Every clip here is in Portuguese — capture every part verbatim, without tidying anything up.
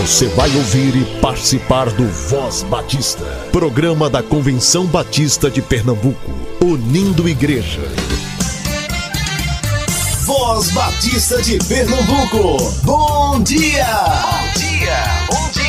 Você vai ouvir e participar do Voz Batista, programa da Convenção Batista de Pernambuco, unindo igreja. Voz Batista de Pernambuco, bom dia! Bom dia, bom dia!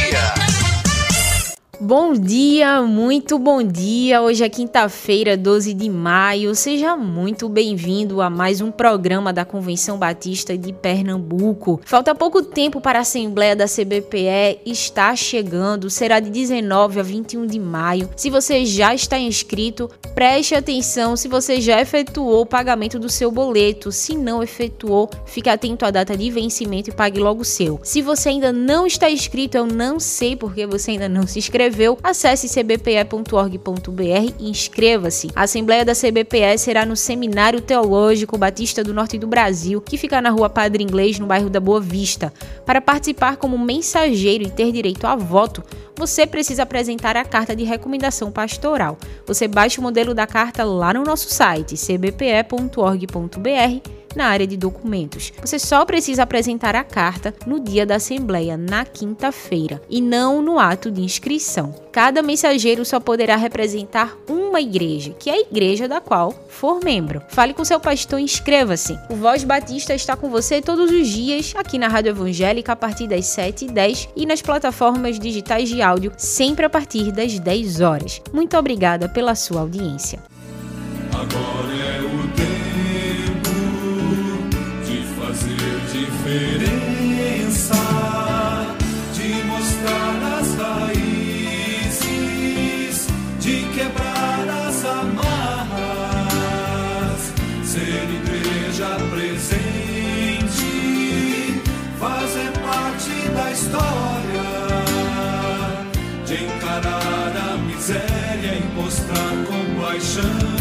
Bom dia, muito bom dia. Hoje é quinta-feira, doze de maio. Seja muito bem-vindo a mais um programa da Convenção Batista de Pernambuco. Falta pouco tempo para a Assembleia da C B P E, está chegando, será de dezenove a vinte e um de maio. Se você já está inscrito, preste atenção se você já efetuou o pagamento do seu boleto. Se não efetuou, fique atento à data de vencimento e pague logo o seu. Se você ainda não está inscrito, eu não sei porque você ainda não se inscreveu, acesse c b p e ponto org ponto b r e inscreva-se. A Assembleia da C B P E será no Seminário Teológico Batista do Norte do Brasil, que fica na Rua Padre Inglês, no bairro da Boa Vista. Para participar como mensageiro e ter direito a voto, você precisa apresentar a carta de recomendação pastoral. Você baixa o modelo da carta lá no nosso site, c b p e ponto org ponto b r, na área de documentos. Você só precisa apresentar a carta no dia da Assembleia, na quinta-feira, e não no ato de inscrição. Cada mensageiro só poderá representar uma igreja, que é a igreja da qual for membro. Fale com seu pastor e inscreva-se. O Voz Batista está com você todos os dias, aqui na Rádio Evangélica, a partir das sete e dez, e nas plataformas digitais de áudio, sempre a partir das dez horas. Muito obrigada pela sua audiência. Agora é o tempo diferença, de mostrar as raízes, de quebrar as amarras, ser igreja presente, fazer parte da história, de encarar a miséria e mostrar compaixão,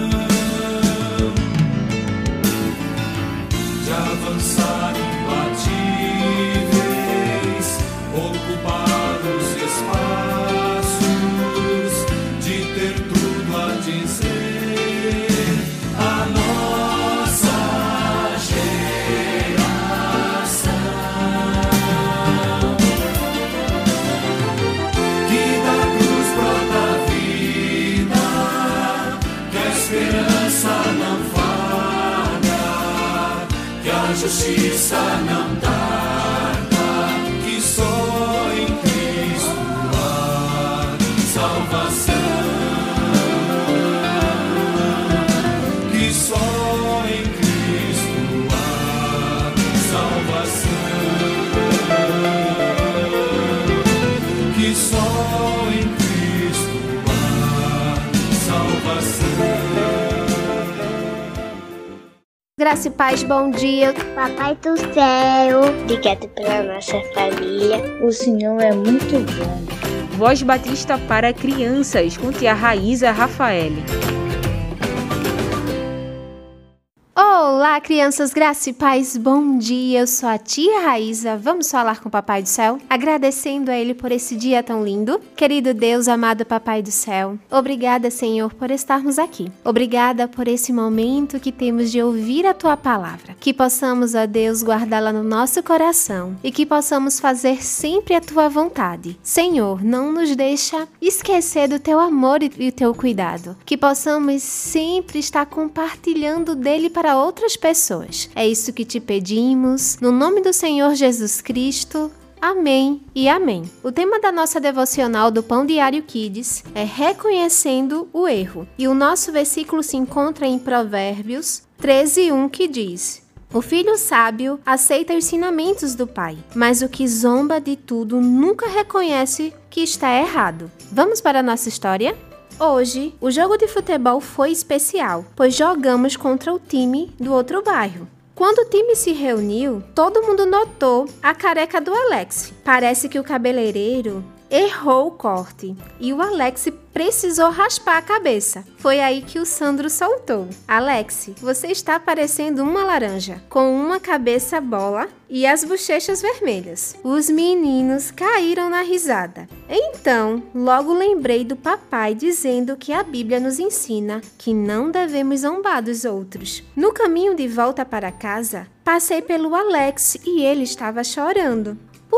de avançar imbatíveis, ocupar os espaços, de ter tudo a dizer, a nossa geração, que da cruz brota a vida, que a esperança não falha, que a justiça não tarda, que só em Cristo há salvação, que só em Cristo há salvação, que só em Cristo há salvação. Graça e paz, bom dia. Papai do céu, obrigado pela nossa família. O Senhor é muito bom. Voz Batista para crianças, com tia Raíza Rafael. Olá, crianças, graça e paz, bom dia. Eu sou a tia Raíza. Vamos falar com o Papai do Céu, agradecendo a Ele por esse dia tão lindo. Querido Deus, amado Papai do Céu, obrigada, Senhor, por estarmos aqui. Obrigada por esse momento que temos de ouvir a Tua Palavra. Que possamos, ó Deus, guardá-la no nosso coração e que possamos fazer sempre a Tua vontade. Senhor, não nos deixa esquecer do Teu amor e do Teu cuidado. Que possamos sempre estar compartilhando dele para outras pessoas. É isso que te pedimos, no nome do Senhor Jesus Cristo. Amém e amém. O tema da nossa devocional do Pão Diário Kids é reconhecendo o erro. E o nosso versículo se encontra em Provérbios treze, um, que diz: o filho sábio aceita os ensinamentos do pai, mas o que zomba de tudo nunca reconhece que está errado. Vamos para a nossa história? Hoje, o jogo de futebol foi especial, pois jogamos contra o time do outro bairro. Quando o time se reuniu, todo mundo notou a careca do Alex. Parece que o cabeleireiro errou o corte e o Alex precisou raspar a cabeça. Foi aí que o Sandro soltou: Alex, você está parecendo uma laranja, com uma cabeça bola e as bochechas vermelhas. Os meninos caíram na risada. Então, logo lembrei do papai dizendo que a Bíblia nos ensina que não devemos zombar dos outros. No caminho de volta para casa, passei pelo Alex e ele estava chorando. Por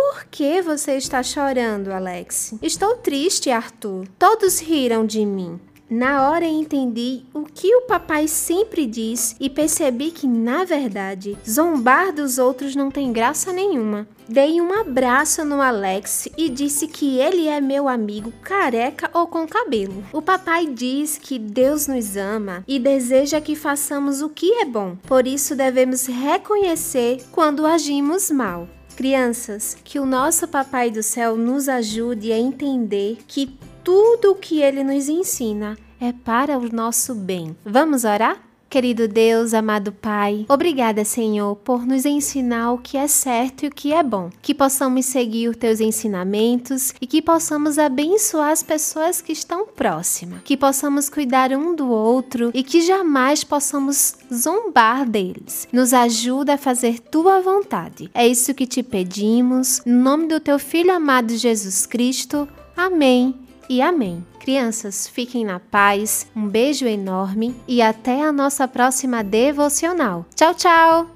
Por que você está chorando, Alex? Estou triste, Arthur. Todos riram de mim. Na hora entendi o que o papai sempre diz e percebi que, na verdade, zombar dos outros não tem graça nenhuma. Dei um abraço no Alex e disse que ele é meu amigo careca ou com cabelo. O papai diz que Deus nos ama e deseja que façamos o que é bom. Por isso devemos reconhecer quando agimos mal. Crianças, que o nosso Papai do Céu nos ajude a entender que tudo o que Ele nos ensina é para o nosso bem. Vamos orar? Querido Deus, amado Pai, obrigada, Senhor, por nos ensinar o que é certo e o que é bom. Que possamos seguir os Teus ensinamentos e que possamos abençoar as pessoas que estão próximas. Que possamos cuidar um do outro e que jamais possamos zombar deles. Nos ajuda a fazer Tua vontade. É isso que te pedimos, no nome do Teu Filho amado Jesus Cristo. Amém e amém. Crianças, fiquem na paz, um beijo enorme e até a nossa próxima devocional. Tchau, tchau!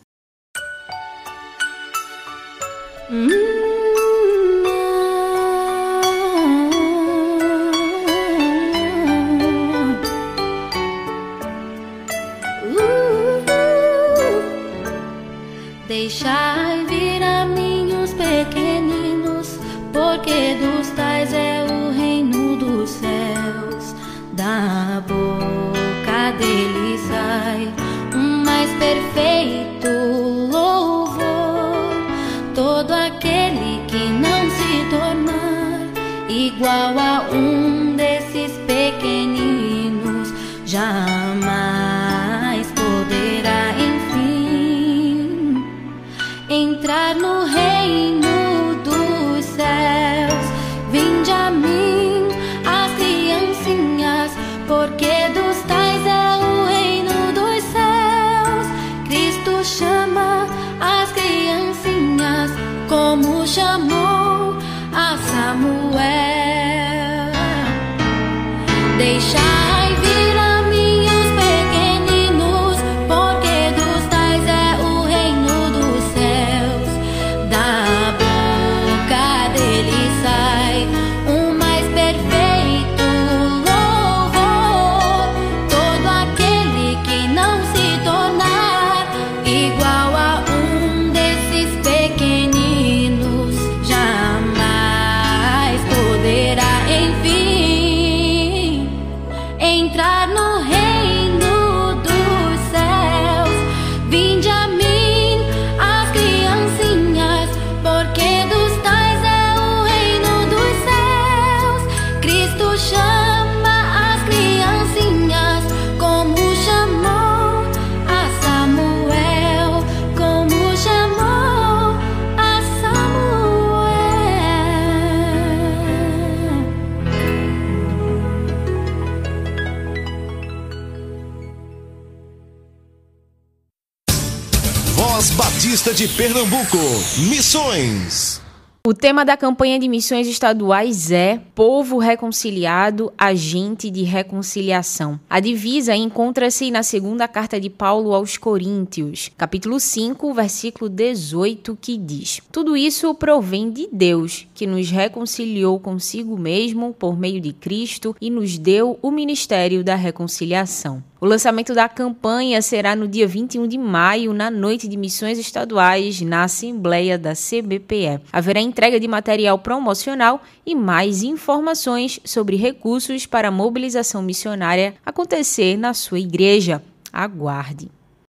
Deixai vir a mim os pequeninos, porque dos tais é o reino dos céus. Da boca dele sai um mais perfeito louvor. Todo aquele que não se tornar igual a um desses pequeninos jamais poderá, enfim, entrar no reino dos céus. Vinde a mim, as criancinhas, porque dos tais é o reino dos céus. Cristo chama as criancinhas, como chamou a Samuel. Deixai vir a mim os pequeninos, porque dos tais é o reino dos céus. Da boca dele sai um mais perfeito louvor. Todo aquele que não se tornar igual a um desses pequeninos jamais poderá, enfim, entrar no reino dos céus. Vinde a mim, as criancinhas, porque dos tais é o reino dos céus. Cristo chama as criancinhas, como chamou a Samuel, como chamou a Samuel. Voz Batista de Pernambuco. Missões. O tema da campanha de missões estaduais é Povo Reconciliado, Agente de Reconciliação. A divisa encontra-se na segunda carta de Paulo aos Coríntios, capítulo cinco, versículo dezoito, que diz: Tudo isso provém de Deus, que nos reconciliou consigo mesmo por meio de Cristo e nos deu o ministério da reconciliação. O lançamento da campanha será no dia vinte e um de maio, na noite de missões estaduais, na Assembleia da C B P E. Haverá entrega de material promocional e mais informações sobre recursos para a mobilização missionária acontecer na sua igreja. Aguarde!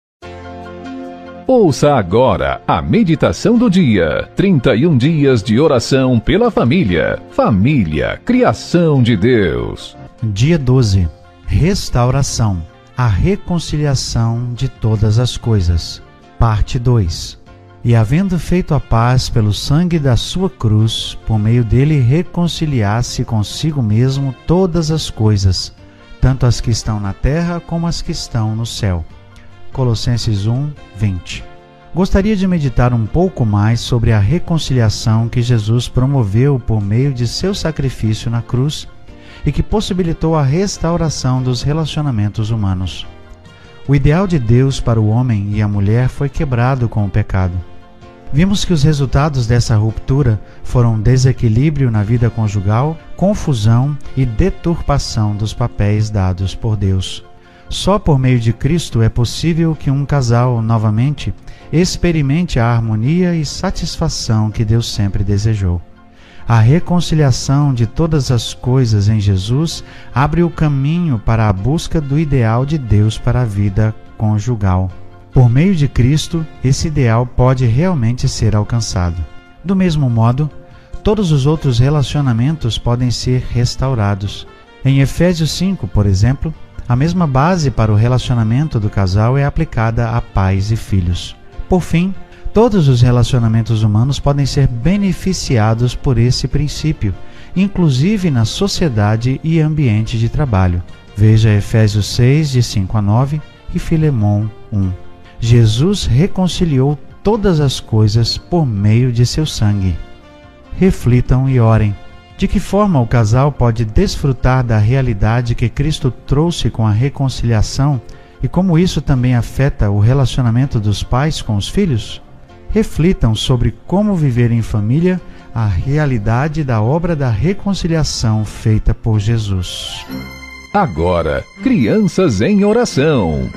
Ouça agora a meditação do dia. trinta e um dias de oração pela família. Família, criação de Deus. Dia doze. Restauração. A reconciliação de todas as coisas. Parte dois. E havendo feito a paz pelo sangue da sua cruz, por meio dele reconciliasse consigo mesmo todas as coisas, tanto as que estão na terra como as que estão no céu. Colossenses um, vinte. Gostaria de meditar um pouco mais sobre a reconciliação que Jesus promoveu por meio de seu sacrifício na cruz e que possibilitou a restauração dos relacionamentos humanos. O ideal de Deus para o homem e a mulher foi quebrado com o pecado. Vimos que os resultados dessa ruptura foram desequilíbrio na vida conjugal, confusão e deturpação dos papéis dados por Deus. Só por meio de Cristo é possível que um casal, novamente, experimente a harmonia e satisfação que Deus sempre desejou. A reconciliação de todas as coisas em Jesus abre o caminho para a busca do ideal de Deus para a vida conjugal. Por meio de Cristo, esse ideal pode realmente ser alcançado. Do mesmo modo, todos os outros relacionamentos podem ser restaurados. Em Efésios cinco, por exemplo, a mesma base para o relacionamento do casal é aplicada a pais e filhos. Por fim, todos os relacionamentos humanos podem ser beneficiados por esse princípio, inclusive na sociedade e ambiente de trabalho. Veja Efésios seis, de cinco a nove e Filemão um. Jesus reconciliou todas as coisas por meio de seu sangue. Reflitam e orem. De que forma o casal pode desfrutar da realidade que Cristo trouxe com a reconciliação e como isso também afeta o relacionamento dos pais com os filhos? Reflitam sobre como viver em família a realidade da obra da reconciliação feita por Jesus. Agora, Crianças em Oração.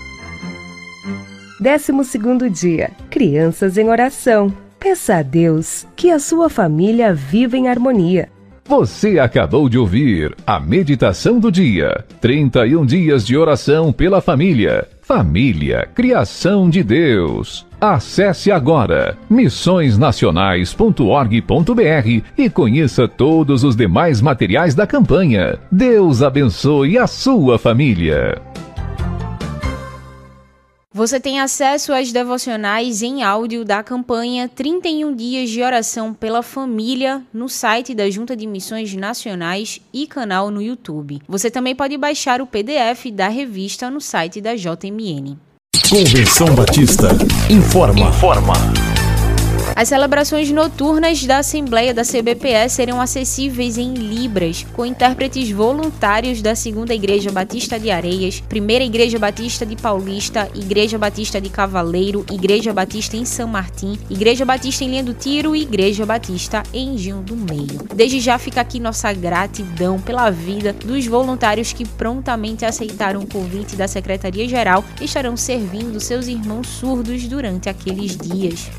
Décimo segundo dia, Crianças em Oração. Peça a Deus que a sua família viva em harmonia. Você acabou de ouvir a meditação do dia. trinta e um dias de oração pela família. Família, criação de Deus. Acesse agora missões nacionais ponto org ponto br e conheça todos os demais materiais da campanha. Deus abençoe a sua família. Você tem acesso às devocionais em áudio da campanha trinta e um dias de oração pela família no site da Junta de Missões Nacionais e canal no YouTube. Você também pode baixar o P D F da revista no site da J M N. Convenção Batista informa. Informa. As celebrações noturnas da Assembleia da C B P E serão acessíveis em Libras, com intérpretes voluntários da Segunda Igreja Batista de Areias, Primeira Igreja Batista de Paulista, Igreja Batista de Cavaleiro, Igreja Batista em São Martim, Igreja Batista em Linha do Tiro e Igreja Batista em Engenho do Meio. Desde já fica aqui nossa gratidão pela vida dos voluntários que prontamente aceitaram o convite da Secretaria-Geral e estarão servindo seus irmãos surdos durante aqueles dias.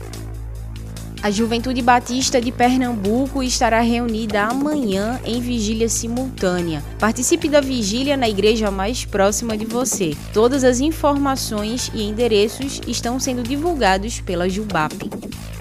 A Juventude Batista de Pernambuco estará reunida amanhã em vigília simultânea. Participe da vigília na igreja mais próxima de você. Todas as informações e endereços estão sendo divulgados pela Jubap.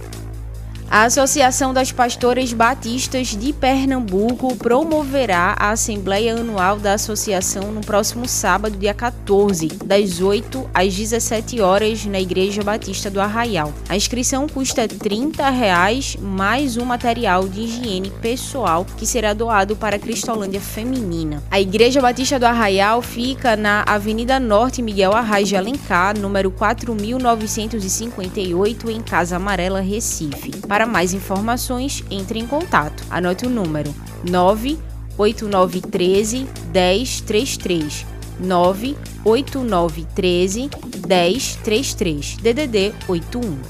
A Associação das Pastoras Batistas de Pernambuco promoverá a Assembleia Anual da Associação no próximo sábado, dia quatorze, das oito às dezessete horas, na Igreja Batista do Arraial. A inscrição custa trinta reais mais um material de higiene pessoal que será doado para a Cristolândia Feminina. A Igreja Batista do Arraial fica na Avenida Norte Miguel Arraes de Alencar, número quatro mil novecentos e cinquenta e oito, em Casa Amarela, Recife. Para mais informações, entre em contato. Anote o número nove oito nove um três, um zero três três. nove oito nove um três, um zero três três. D D D oito um.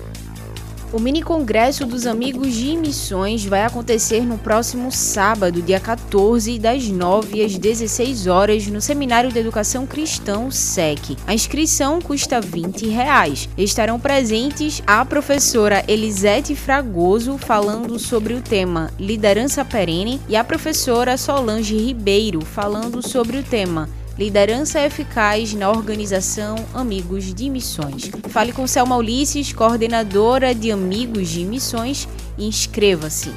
O mini congresso dos Amigos de Missões vai acontecer no próximo sábado, dia quatorze, das nove às dezesseis horas, no Seminário de Educação Cristã, S E C. A inscrição custa vinte reais. Estarão presentes a professora Elisete Fragoso, falando sobre o tema Liderança Perene, e a professora Solange Ribeiro, falando sobre o tema Liderança Eficaz na Organização Amigos de Missões. Fale com Selma Ulisses, coordenadora de Amigos de Missões, e inscreva-se.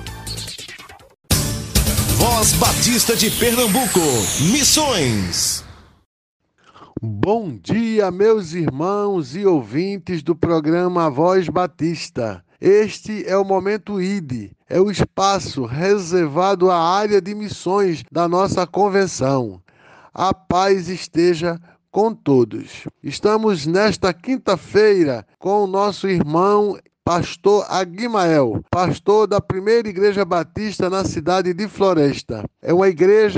Voz Batista de Pernambuco. Missões. Bom dia, meus irmãos e ouvintes do programa Voz Batista. Este é o Momento I D, é o espaço reservado à área de missões da nossa convenção. A paz esteja com todos. Estamos nesta quinta-feira com o nosso irmão pastor Aguimael, pastor da Primeira Igreja Batista na cidade de Floresta. É uma igreja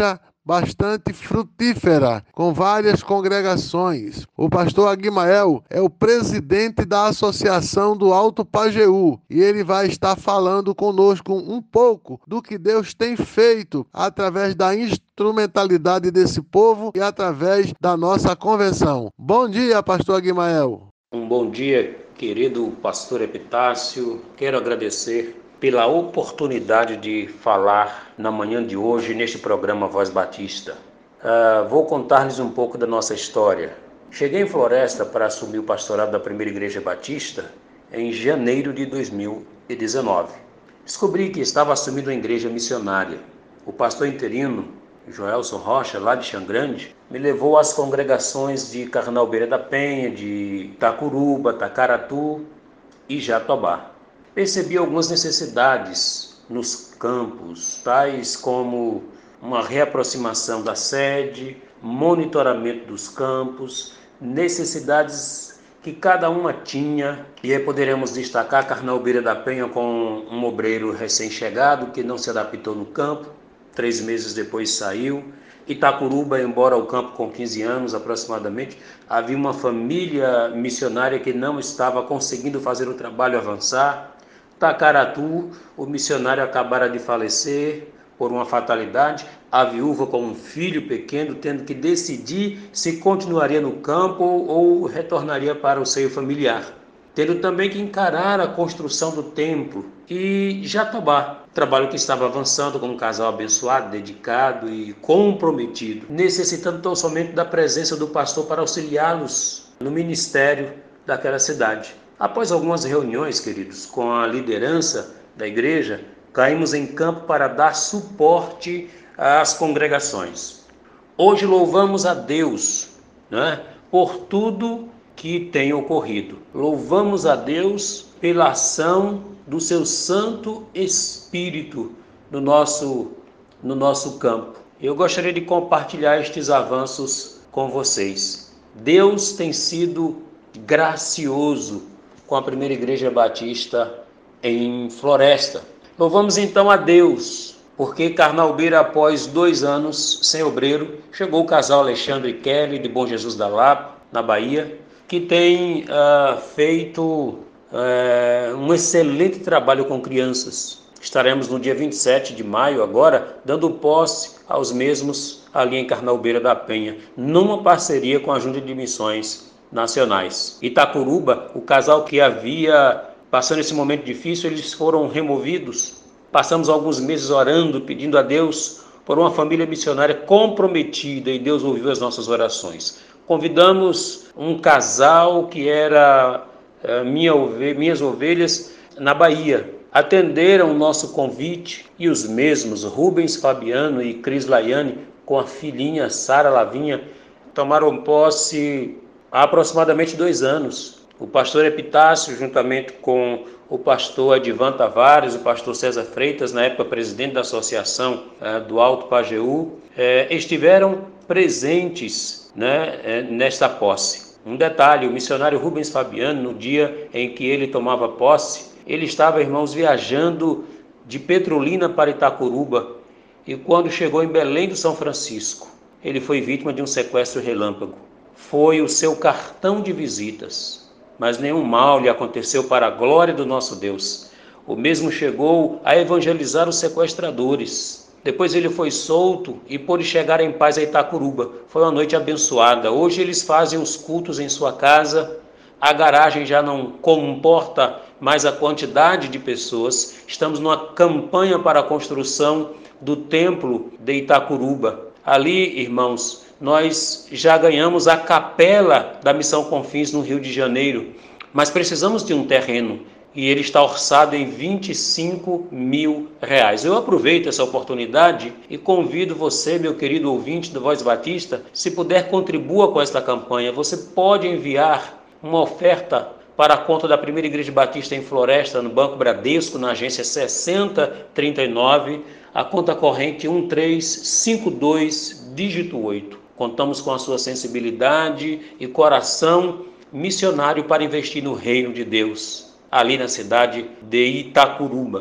bastante frutífera, com várias congregações. O pastor Aguimael é o presidente da Associação do Alto Pajeú e ele vai estar falando conosco um pouco do que Deus tem feito através da instrumentalidade desse povo e através da nossa convenção. Bom dia, pastor Aguimael. Um bom dia, querido pastor Epitácio. Quero agradecer pela oportunidade de falar na manhã de hoje neste programa Voz Batista. Uh, vou contar-lhes um pouco da nossa história. Cheguei em Floresta para assumir o pastorado da Primeira Igreja Batista em janeiro de dois mil e dezenove. Descobri que estava assumindo uma igreja missionária. O pastor interino, Joelson Rocha, lá de Xangrande, me levou às congregações de Carnaubera da Penha, de Itacuruba, Tacaratu e Jatobá. Percebi algumas necessidades nos campos, tais como uma reaproximação da sede, monitoramento dos campos, necessidades que cada uma tinha. E aí poderemos destacar Carnaubera da Penha com um obreiro recém-chegado que não se adaptou no campo, três meses depois saiu. Itacuruba, embora ao campo com quinze anos aproximadamente, havia uma família missionária que não estava conseguindo fazer o trabalho avançar. Tacaratu, o missionário acabara de falecer por uma fatalidade, a viúva com um filho pequeno tendo que decidir se continuaria no campo ou retornaria para o seio familiar, tendo também que encarar a construção do templo. E Jatobá, trabalho que estava avançando com um casal abençoado, dedicado e comprometido, necessitando tão somente da presença do pastor para auxiliá-los no ministério daquela cidade. Após algumas reuniões, queridos, com a liderança da igreja, caímos em campo para dar suporte às congregações. Hoje louvamos a Deus, né, por tudo que tem ocorrido. Louvamos a Deus pela ação do seu Santo Espírito no nosso, no nosso campo. Eu gostaria de compartilhar estes avanços com vocês. Deus tem sido gracioso com a Primeira Igreja Batista em Floresta. Louvamos então a Deus, porque Carnaubera, após dois anos sem obreiro, chegou o casal Alexandre e Kelly, de Bom Jesus da Lapa, na Bahia, que tem uh, feito uh, um excelente trabalho com crianças. Estaremos no dia vinte e sete de maio, agora, dando posse aos mesmos ali em Carnaubera da Penha, numa parceria com a Junta de Missões Nacionais. Itacuruba, o casal que havia passando esse momento difícil, eles foram removidos. Passamos alguns meses orando, pedindo a Deus por uma família missionária comprometida, e Deus ouviu as nossas orações. Convidamos um casal que era uh, minha ove- minhas ovelhas na Bahia. Atenderam o nosso convite e os mesmos, Rubens Fabiano e Cris Laiane, com a filhinha Sara Lavinha, tomaram posse há aproximadamente dois anos. O pastor Epitácio, juntamente com o pastor Edivan Tavares, o pastor César Freitas, na época presidente da Associação eh, do Alto Pajeú, eh, estiveram presentes, né, eh, nesta posse. Um detalhe, o missionário Rubens Fabiano, no dia em que ele tomava posse, ele estava, irmãos, viajando de Petrolina para Itacuruba, e quando chegou em Belém do São Francisco, ele foi vítima de um sequestro relâmpago. Foi o seu cartão de visitas, mas nenhum mal lhe aconteceu para a glória do nosso Deus. O mesmo chegou a evangelizar os sequestradores. Depois ele foi solto e pôde chegar em paz a Itacuruba. Foi uma noite abençoada. Hoje eles fazem os cultos em sua casa. A garagem já não comporta mais a quantidade de pessoas. Estamos numa campanha para a construção do templo de Itacuruba. Ali, irmãos, nós já ganhamos a capela da Missão Confins no Rio de Janeiro, mas precisamos de um terreno e ele está orçado em vinte e cinco mil reais. Eu aproveito essa oportunidade e convido você, meu querido ouvinte do Voz Batista, se puder, contribua com esta campanha. Você pode enviar uma oferta para a conta da Primeira Igreja Batista em Floresta, no Banco Bradesco, na agência sessenta trinta e nove, a conta corrente um três cinco dois, dígito oito. Contamos com a sua sensibilidade e coração missionário para investir no reino de Deus, ali na cidade de Itacuruba.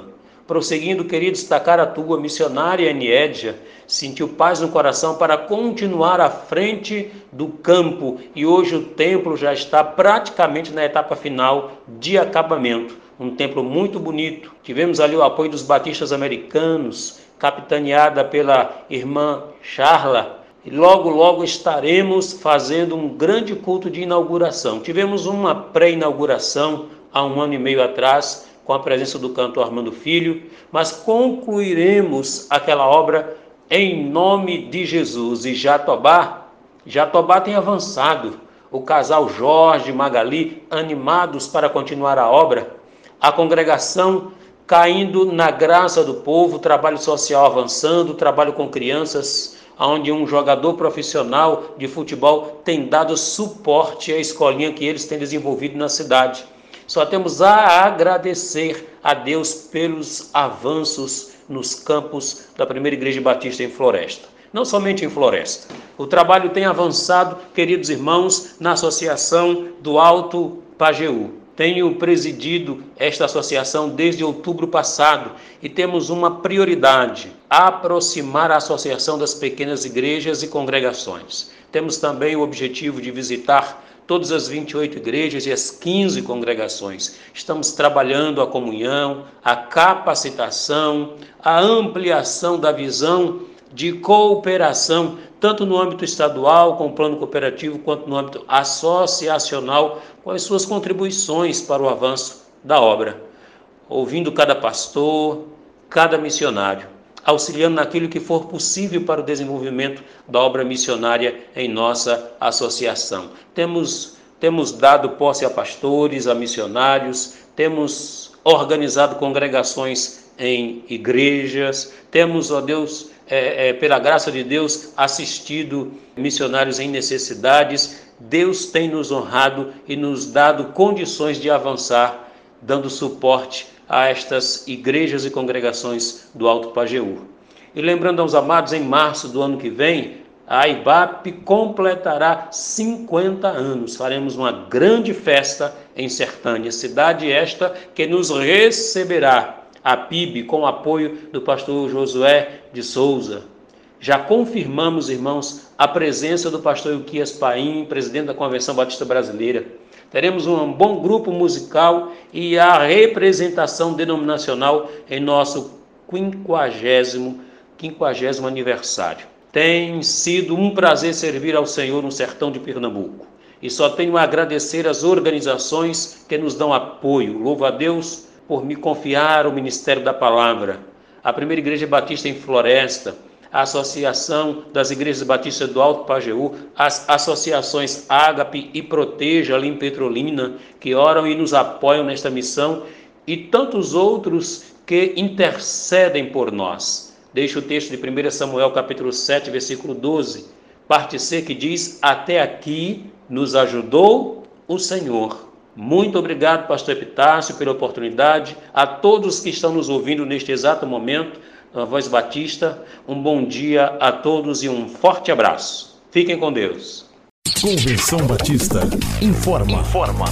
Prosseguindo, queria destacar a tua missionária Eniédia, sentiu paz no coração para continuar à frente do campo e hoje o templo já está praticamente na etapa final de acabamento. Um templo muito bonito. Tivemos ali o apoio dos batistas americanos, capitaneada pela irmã Charla, e logo, logo estaremos fazendo um grande culto de inauguração. Tivemos uma pré-inauguração há um ano e meio atrás, com a presença do cantor Armando Filho, mas concluiremos aquela obra em nome de Jesus. E Jatobá, Jatobá tem avançado. O casal Jorge e Magali, animados para continuar a obra. A congregação caindo na graça do povo, trabalho social avançando, trabalho com crianças, onde um jogador profissional de futebol tem dado suporte à escolinha que eles têm desenvolvido na cidade. Só temos a agradecer a Deus pelos avanços nos campos da Primeira Igreja Batista em Floresta. Não somente em Floresta. O trabalho tem avançado, queridos irmãos, na Associação do Alto Pajeú. Tenho presidido esta associação desde outubro passado e temos uma prioridade: aproximar a associação das pequenas igrejas e congregações. Temos também o objetivo de visitar todas as vinte e oito igrejas e as quinze congregações. Estamos trabalhando a comunhão, a capacitação, a ampliação da visão de cooperação, tanto no âmbito estadual, com o plano cooperativo, quanto no âmbito associacional, com as suas contribuições para o avanço da obra. Ouvindo cada pastor, cada missionário, auxiliando naquilo que for possível para o desenvolvimento da obra missionária em nossa associação. Temos, temos dado posse a pastores, a missionários, temos organizado congregações em igrejas, temos, ó Deus, É, é, pela graça de Deus, assistido missionários em necessidades. Deus tem nos honrado e nos dado condições de avançar, dando suporte a estas igrejas e congregações do Alto Pajeú. E lembrando aos amados, em março do ano que vem, a I B A P completará cinquenta anos. Faremos uma grande festa em Sertânia, cidade esta que nos receberá. A P I B, com o apoio do pastor Josué de Souza. Já confirmamos, irmãos, a presença do pastor Ilquias Paim, presidente da Convenção Batista Brasileira. Teremos um bom grupo musical e a representação denominacional em nosso quinquagésimo, quinquagésimo aniversário. Tem sido um prazer servir ao Senhor no sertão de Pernambuco. E só tenho a agradecer às organizações que nos dão apoio. Louvo a Deus por me confiar o Ministério da Palavra, a Primeira Igreja Batista em Floresta, a Associação das Igrejas Batistas do Alto Pajeú, as associações Ágape e Proteja ali em Petrolina, que oram e nos apoiam nesta missão, e tantos outros que intercedem por nós. Deixo o texto de primeiro Samuel, capítulo sete, versículo doze, parte C, que diz: até aqui nos ajudou o Senhor. Muito obrigado, pastor Epitácio, pela oportunidade. A todos que estão nos ouvindo neste exato momento, na Voz Batista, um bom dia a todos e um forte abraço. Fiquem com Deus. Convenção Batista informa. Informa.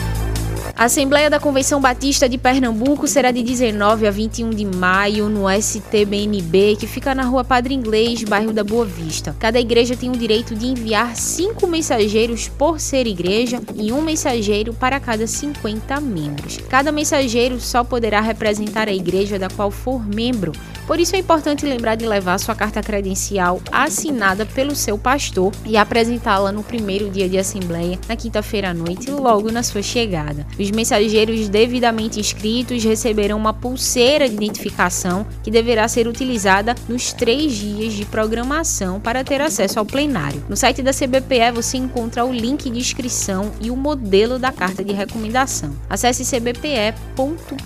A Assembleia da Convenção Batista de Pernambuco será de dezenove a vinte e um de maio no S T B N B, que fica na Rua Padre Inglês, bairro da Boa Vista. Cada igreja tem o direito de enviar cinco mensageiros por ser igreja e um mensageiro para cada cinquenta membros. Cada mensageiro só poderá representar a igreja da qual for membro. Por isso é importante lembrar de levar sua carta credencial assinada pelo seu pastor e apresentá-la no primeiro dia de assembleia, na quinta-feira à noite, logo na sua chegada. Os mensageiros devidamente inscritos receberão uma pulseira de identificação que deverá ser utilizada nos três dias de programação para ter acesso ao plenário. No site da C B P E você encontra o link de inscrição e o modelo da carta de recomendação. Acesse c b p e ponto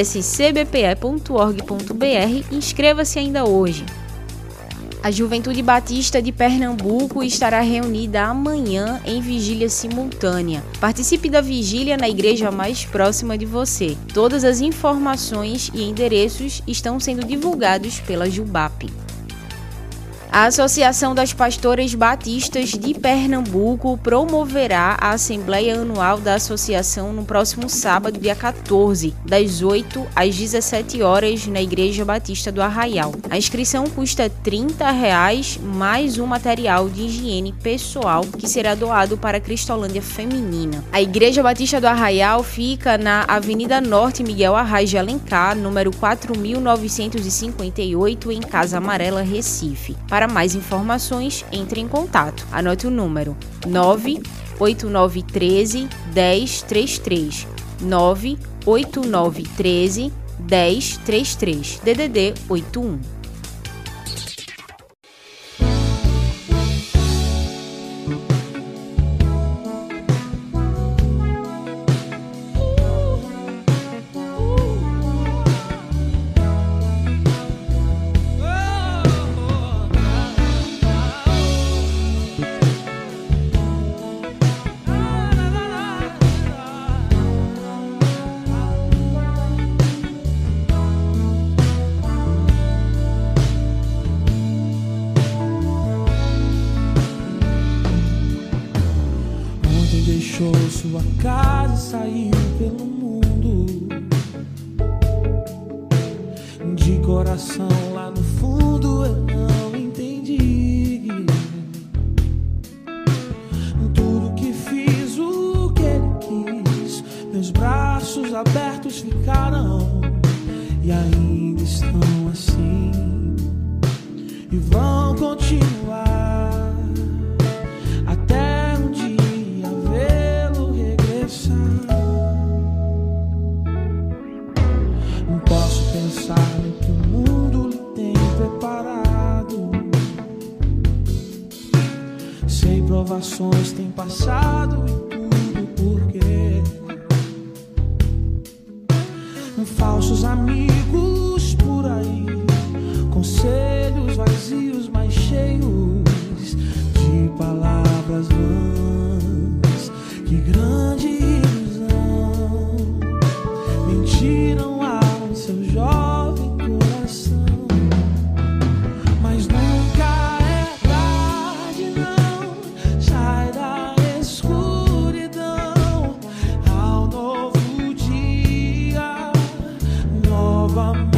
org ponto b r e inscreva-se ainda hoje. A Juventude Batista de Pernambuco estará reunida amanhã em vigília simultânea. Participe da vigília na igreja mais próxima de você. Todas as informações e endereços estão sendo divulgados pela Jubap. A Associação das Pastoras Batistas de Pernambuco promoverá a Assembleia Anual da Associação no próximo sábado, dia quatorze, das oito às dezessete horas, na Igreja Batista do Arraial. A inscrição custa trinta reais mais um material de higiene pessoal que será doado para a Cristolândia Feminina. A Igreja Batista do Arraial fica na Avenida Norte Miguel Arraes de Alencar, número quatro mil novecentos e cinquenta e oito, em Casa Amarela, Recife. Para mais informações, entre em contato. Anote o número nove oito nove um três, um zero três três, nove oito nove um três, um zero três três, D D D oito um. Deixou sua casa e saiu pelo mundo. De coração lá no fundo eu não entendi tudo que fiz, o que ele quis. Meus braços abertos ficaram e ainda estão assim, e vão continuar até um dia vê-lo regressar. Não posso pensar no que o mundo lhe tem preparado. Sei, provações tem passado e tudo porque falsos amigos por aí, conselhos vazios, mas cheios de palavras vãs. Que grande ilusão, mentiram ao seu jovem coração. Mas nunca é tarde, não. Sai da escuridão ao novo dia, nova manhã.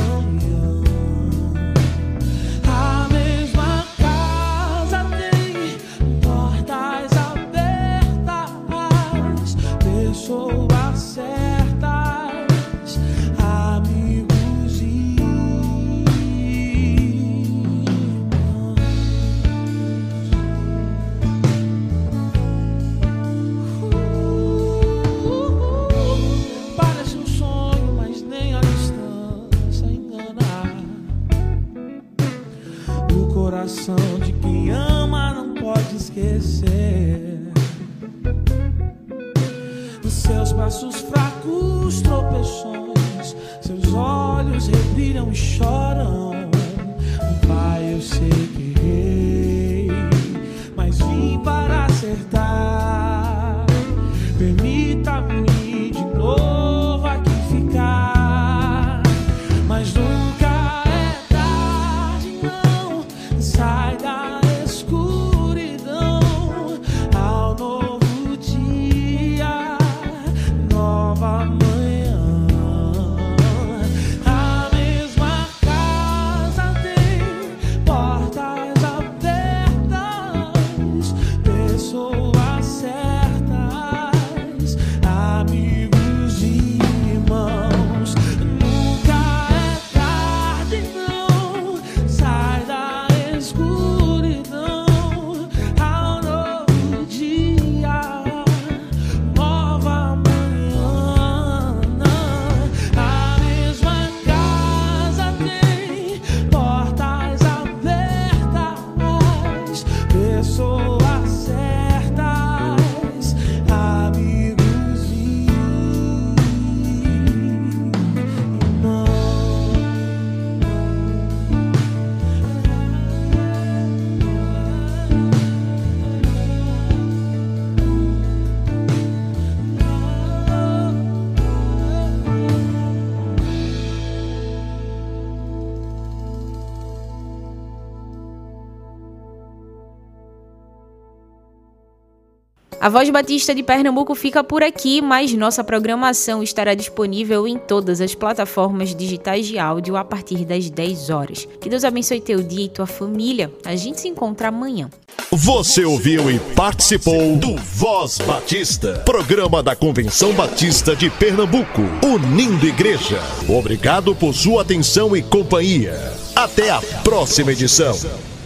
A mesma casa tem portas abertas, pessoas certas, amigos e irmãos. Parece um sonho, mas nem a distância engana. O coração de quem ama não pode esquecer. Nos seus passos fracos, tropeções, seus olhos rebrilham e choram. Pai, eu sei que errei, mas vim para acertar. Permita-me de novo aqui ficar. Mas nunca é tarde, não. Sai da escuridão ao novo dia, nova manhã. A mesma casa tem portas abertas, pessoas certas, amigos A Voz Batista de Pernambuco fica por aqui, mas nossa programação estará disponível em todas as plataformas digitais de áudio a partir das dez horas. Que Deus abençoe teu dia e tua família. A gente se encontra amanhã. Você ouviu e participou do Voz Batista, programa da Convenção Batista de Pernambuco, unindo igreja. Obrigado por sua atenção e companhia. Até a próxima edição.